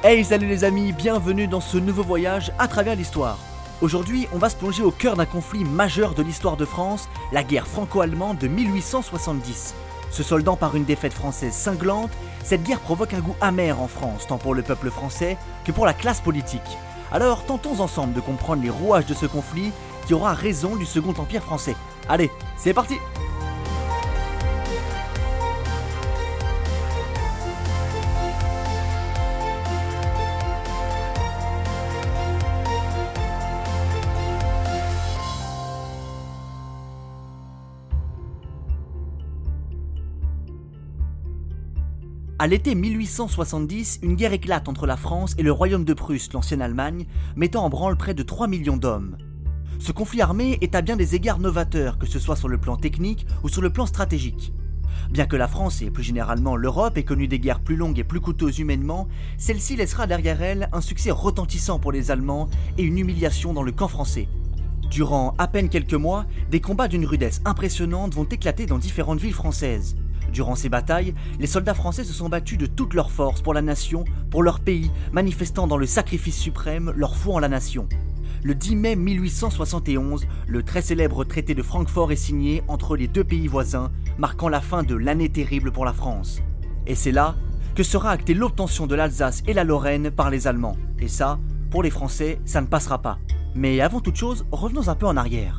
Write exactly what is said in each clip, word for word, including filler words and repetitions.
Hey salut les amis, bienvenue dans ce nouveau voyage à travers l'histoire. Aujourd'hui, on va se plonger au cœur d'un conflit majeur de l'histoire de France, la guerre franco-allemande de mille huit cent soixante-dix. Se soldant par une défaite française cinglante, cette guerre provoque un goût amer en France, tant pour le peuple français que pour la classe politique. Alors tentons ensemble de comprendre les rouages de ce conflit qui aura raison du Second Empire français. Allez, c'est parti! À l'été mille huit cent soixante-dix, une guerre éclate entre la France et le royaume de Prusse, l'ancienne Allemagne, mettant en branle près de trois millions d'hommes. Ce conflit armé est à bien des égards novateur, que ce soit sur le plan technique ou sur le plan stratégique. Bien que la France et plus généralement l'Europe aient connu des guerres plus longues et plus coûteuses humainement, celle-ci laissera derrière elle un succès retentissant pour les Allemands et une humiliation dans le camp français. Durant à peine quelques mois, des combats d'une rudesse impressionnante vont éclater dans différentes villes françaises. Durant ces batailles, les soldats français se sont battus de toutes leurs forces pour la nation, pour leur pays, manifestant dans le sacrifice suprême leur foi en la nation. Le dix mai mille huit cent soixante et onze, le très célèbre traité de Francfort est signé entre les deux pays voisins, marquant la fin de l'année terrible pour la France. Et c'est là que sera actée l'obtention de l'Alsace et la Lorraine par les Allemands. Et ça, pour les Français, ça ne passera pas. Mais avant toute chose, revenons un peu en arrière.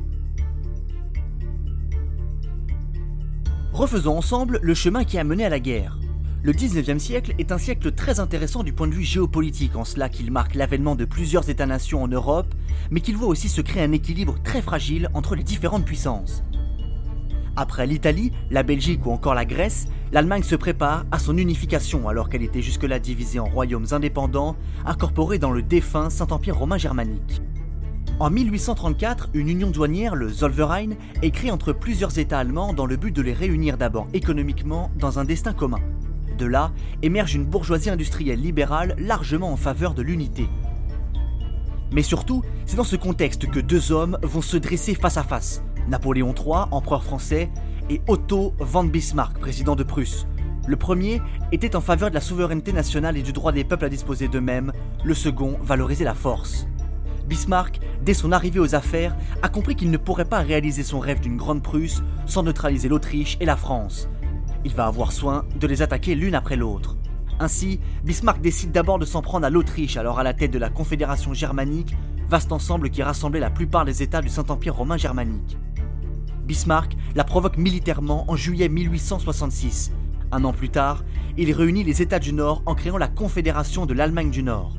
Refaisons ensemble le chemin qui a mené à la guerre. Le dix-neuvième siècle est un siècle très intéressant du point de vue géopolitique, en cela qu'il marque l'avènement de plusieurs États-nations en Europe, mais qu'il voit aussi se créer un équilibre très fragile entre les différentes puissances. Après l'Italie, la Belgique ou encore la Grèce, l'Allemagne se prépare à son unification alors qu'elle était jusque-là divisée en royaumes indépendants, incorporés dans le défunt Saint-Empire romain germanique. En mille huit cent trente-quatre, une union douanière, le Zollverein, est créée entre plusieurs États allemands dans le but de les réunir d'abord économiquement dans un destin commun. De là, émerge une bourgeoisie industrielle libérale largement en faveur de l'unité. Mais surtout, c'est dans ce contexte que deux hommes vont se dresser face à face. Napoléon trois, empereur français, et Otto von Bismarck, président de Prusse. Le premier était en faveur de la souveraineté nationale et du droit des peuples à disposer d'eux-mêmes, le second valorisait la force. Bismarck, dès son arrivée aux affaires, a compris qu'il ne pourrait pas réaliser son rêve d'une grande Prusse sans neutraliser l'Autriche et la France. Il va avoir soin de les attaquer l'une après l'autre. Ainsi, Bismarck décide d'abord de s'en prendre à l'Autriche, alors à la tête de la Confédération germanique, vaste ensemble qui rassemblait la plupart des États du Saint-Empire romain germanique. Bismarck la provoque militairement en juillet mille huit cent soixante-six. Un an plus tard, il réunit les États du Nord en créant la Confédération de l'Allemagne du Nord.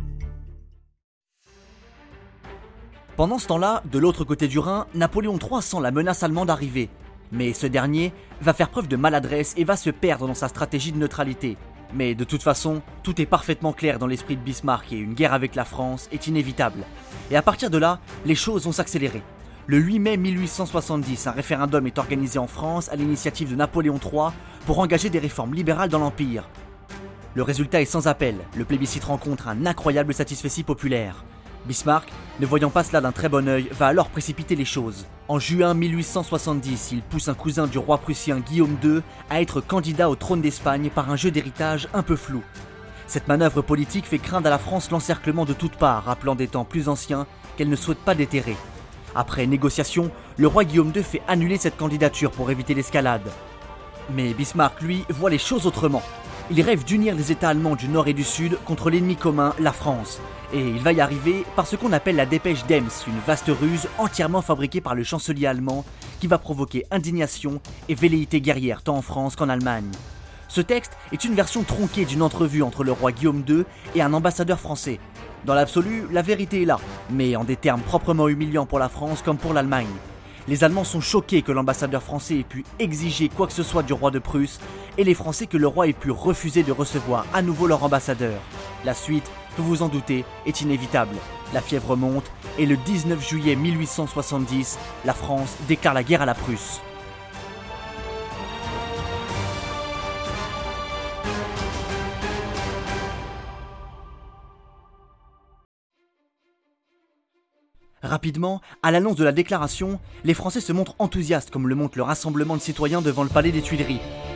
Pendant ce temps-là, de l'autre côté du Rhin, Napoléon trois sent la menace allemande arriver. Mais ce dernier va faire preuve de maladresse et va se perdre dans sa stratégie de neutralité. Mais de toute façon, tout est parfaitement clair dans l'esprit de Bismarck et une guerre avec la France est inévitable. Et à partir de là, les choses vont s'accélérer. Le huit mai mille huit cent soixante-dix, un référendum est organisé en France à l'initiative de Napoléon trois pour engager des réformes libérales dans l'Empire. Le résultat est sans appel, le plébiscite rencontre un incroyable satisfecit populaire. Bismarck, ne voyant pas cela d'un très bon œil, va alors précipiter les choses. En juin mille huit cent soixante-dix, il pousse un cousin du roi prussien Guillaume deux à être candidat au trône d'Espagne par un jeu d'héritage un peu flou. Cette manœuvre politique fait craindre à la France l'encerclement de toutes parts, rappelant des temps plus anciens qu'elle ne souhaite pas déterrer. Après négociation, le roi Guillaume deux fait annuler cette candidature pour éviter l'escalade. Mais Bismarck, lui, voit les choses autrement. Il rêve d'unir les États allemands du Nord et du Sud contre l'ennemi commun, la France. Et il va y arriver par ce qu'on appelle la dépêche d'Ems, une vaste ruse entièrement fabriquée par le chancelier allemand qui va provoquer indignation et velléité guerrière tant en France qu'en Allemagne. Ce texte est une version tronquée d'une entrevue entre le roi Guillaume deux et un ambassadeur français. Dans l'absolu, la vérité est là, mais en des termes proprement humiliants pour la France comme pour l'Allemagne. Les Allemands sont choqués que l'ambassadeur français ait pu exiger quoi que ce soit du roi de Prusse et les Français que le roi ait pu refuser de recevoir à nouveau leur ambassadeur. La suite, vous vous en doutez, est inévitable. La fièvre monte et le dix-neuf juillet mille huit cent soixante-dix, la France déclare la guerre à la Prusse. Rapidement, à l'annonce de la déclaration, les Français se montrent enthousiastes comme le montre le rassemblement de citoyens devant le palais des Tuileries.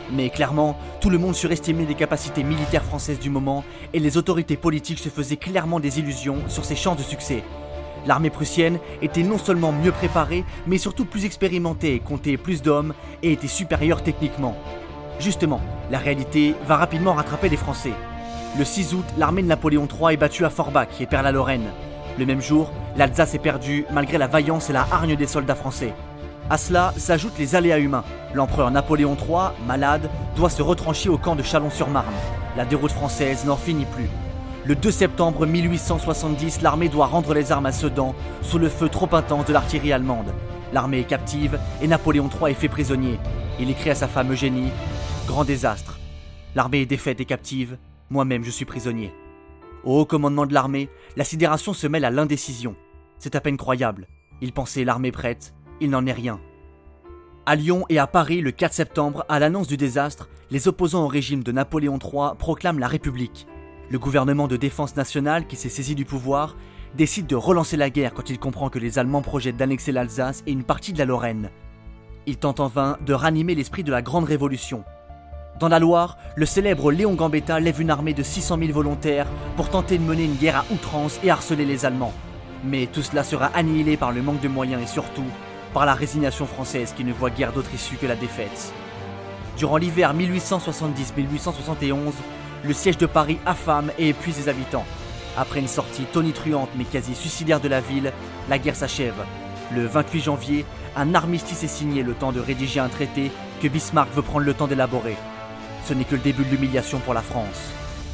Mais clairement, tout le monde surestimait les capacités militaires françaises du moment et les autorités politiques se faisaient clairement des illusions sur ses chances de succès. L'armée prussienne était non seulement mieux préparée, mais surtout plus expérimentée, comptait plus d'hommes et était supérieure techniquement. Justement, la réalité va rapidement rattraper les Français. Le six août, l'armée de Napoléon trois est battue à Forbach et perd la Lorraine. Le même jour, l'Alsace est perdue malgré la vaillance et la hargne des soldats français. À cela s'ajoutent les aléas humains. L'empereur Napoléon trois, malade, doit se retrancher au camp de Chalon-sur-Marne. La déroute française n'en finit plus. Le deux septembre mille huit cent soixante-dix, l'armée doit rendre les armes à Sedan sous le feu trop intense de l'artillerie allemande. L'armée est captive et Napoléon trois est fait prisonnier. Il écrit à sa femme Eugénie « Grand désastre. L'armée est défaite et captive. Moi-même, je suis prisonnier. » Au haut commandement de l'armée, la sidération se mêle à l'indécision. C'est à peine croyable. Il pensait l'armée prête. Il n'en est rien. À Lyon et à Paris, le quatre septembre, à l'annonce du désastre, les opposants au régime de Napoléon trois proclament la République. Le gouvernement de défense nationale, qui s'est saisi du pouvoir, décide de relancer la guerre quand il comprend que les Allemands projettent d'annexer l'Alsace et une partie de la Lorraine. Il tente en vain de ranimer l'esprit de la Grande Révolution. Dans la Loire, le célèbre Léon Gambetta lève une armée de six cent mille volontaires pour tenter de mener une guerre à outrance et harceler les Allemands. Mais tout cela sera annihilé par le manque de moyens et surtout par la résignation française qui ne voit guère d'autre issue que la défaite. Durant l'hiver mille huit cent soixante-dix mille huit cent soixante et onze, le siège de Paris affame et épuise ses habitants. Après une sortie tonitruante mais quasi suicidaire de la ville, la guerre s'achève. Le vingt-huit janvier, un armistice est signé le temps de rédiger un traité que Bismarck veut prendre le temps d'élaborer. Ce n'est que le début de l'humiliation pour la France.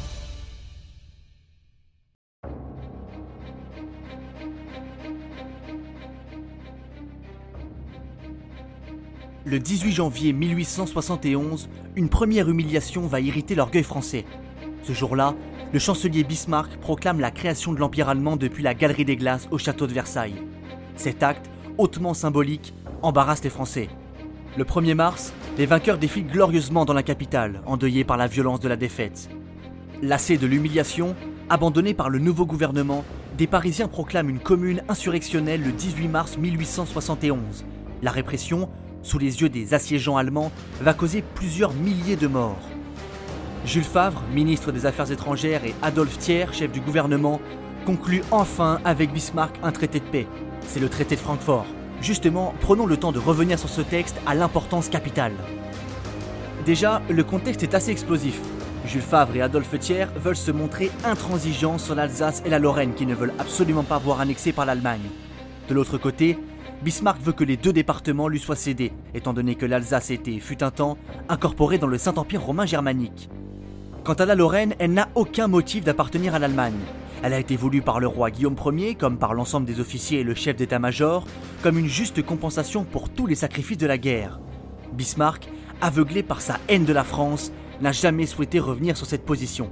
Le dix-huit janvier mille huit cent soixante et onze, une première humiliation va irriter l'orgueil français. Ce jour-là, le chancelier Bismarck proclame la création de l'Empire allemand depuis la Galerie des Glaces au château de Versailles. Cet acte, hautement symbolique, embarrasse les Français. Le premier mars, les vainqueurs défilent glorieusement dans la capitale, endeuillés par la violence de la défaite. Lassés de l'humiliation, abandonnés par le nouveau gouvernement, des Parisiens proclament une commune insurrectionnelle le dix-huit mars mille huit cent soixante et onze. La répression, sous les yeux des assiégeants allemands, va causer plusieurs milliers de morts. Jules Favre, ministre des Affaires étrangères, et Adolphe Thiers, chef du gouvernement, concluent enfin avec Bismarck un traité de paix. C'est le traité de Francfort. Justement, prenons le temps de revenir sur ce texte à l'importance capitale. Déjà, le contexte est assez explosif. Jules Favre et Adolphe Thiers veulent se montrer intransigeants sur l'Alsace et la Lorraine qui ne veulent absolument pas voir annexés par l'Allemagne. De l'autre côté, Bismarck veut que les deux départements lui soient cédés, étant donné que l'Alsace était, fut un temps, incorporée dans le Saint-Empire romain germanique. Quant à la Lorraine, elle n'a aucun motif d'appartenir à l'Allemagne. Elle a été voulue par le roi Guillaume Ier, comme par l'ensemble des officiers et le chef d'état-major, comme une juste compensation pour tous les sacrifices de la guerre. Bismarck, aveuglé par sa haine de la France, n'a jamais souhaité revenir sur cette position.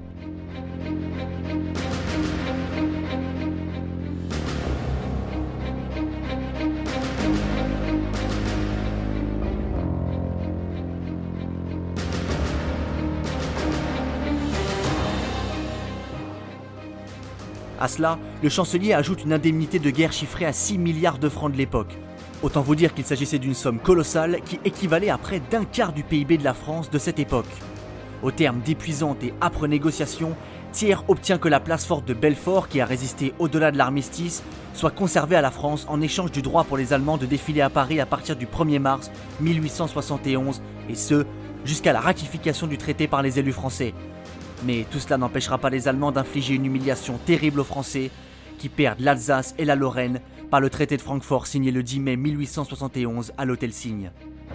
À cela, le chancelier ajoute une indemnité de guerre chiffrée à six milliards de francs de l'époque. Autant vous dire qu'il s'agissait d'une somme colossale qui équivalait à près d'un quart du P I B de la France de cette époque. Au terme d'épuisantes et âpres négociations, Thiers obtient que la place forte de Belfort, qui a résisté au-delà de l'armistice, soit conservée à la France en échange du droit pour les Allemands de défiler à Paris à partir du premier mars mille huit cent soixante et onze, et ce, jusqu'à la ratification du traité par les élus français. Mais tout cela n'empêchera pas les Allemands d'infliger une humiliation terrible aux Français, qui perdent l'Alsace et la Lorraine par le traité de Francfort signé le dix mai mille huit cent soixante et onze à l'Hôtel Signe.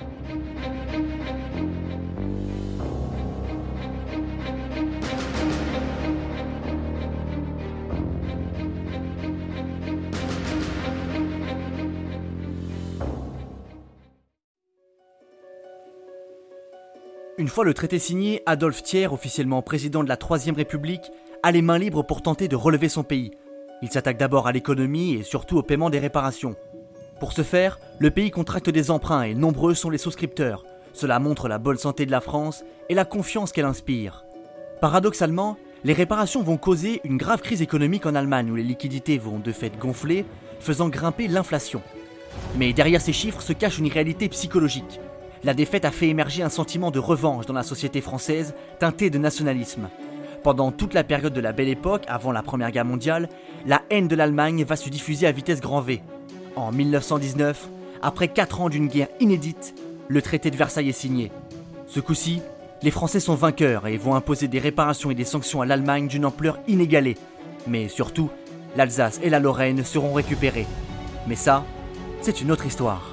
Une fois le traité signé, Adolphe Thiers, officiellement président de la Troisième République, a les mains libres pour tenter de relever son pays. Il s'attaque d'abord à l'économie et surtout au paiement des réparations. Pour ce faire, le pays contracte des emprunts et nombreux sont les souscripteurs. Cela montre la bonne santé de la France et la confiance qu'elle inspire. Paradoxalement, les réparations vont causer une grave crise économique en Allemagne où les liquidités vont de fait gonfler, faisant grimper l'inflation. Mais derrière ces chiffres se cache une réalité psychologique. La défaite a fait émerger un sentiment de revanche dans la société française, teinté de nationalisme. Pendant toute la période de la Belle Époque, avant la Première Guerre mondiale, la haine de l'Allemagne va se diffuser à vitesse grand V. En mille neuf cent dix-neuf, après quatre ans d'une guerre inédite, le traité de Versailles est signé. Ce coup-ci, les Français sont vainqueurs et vont imposer des réparations et des sanctions à l'Allemagne d'une ampleur inégalée. Mais surtout, l'Alsace et la Lorraine seront récupérées. Mais ça, c'est une autre histoire.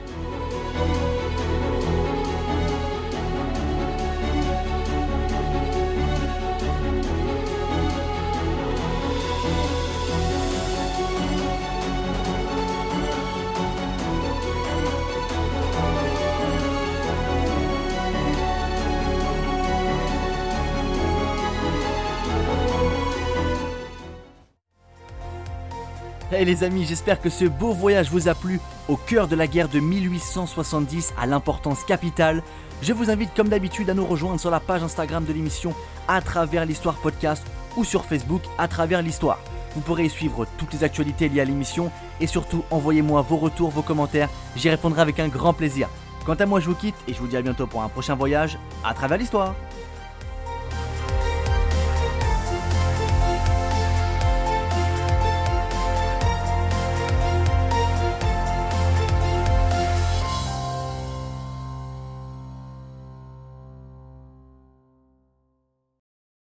Hey les amis, j'espère que ce beau voyage vous a plu au cœur de la guerre de mille huit cent soixante-dix à l'importance capitale. Je vous invite comme d'habitude à nous rejoindre sur la page Instagram de l'émission À travers l'histoire podcast ou sur Facebook À travers l'histoire. Vous pourrez y suivre toutes les actualités liées à l'émission et surtout envoyez-moi vos retours, vos commentaires, j'y répondrai avec un grand plaisir. Quant à moi je vous quitte et je vous dis à bientôt pour un prochain voyage à travers l'histoire.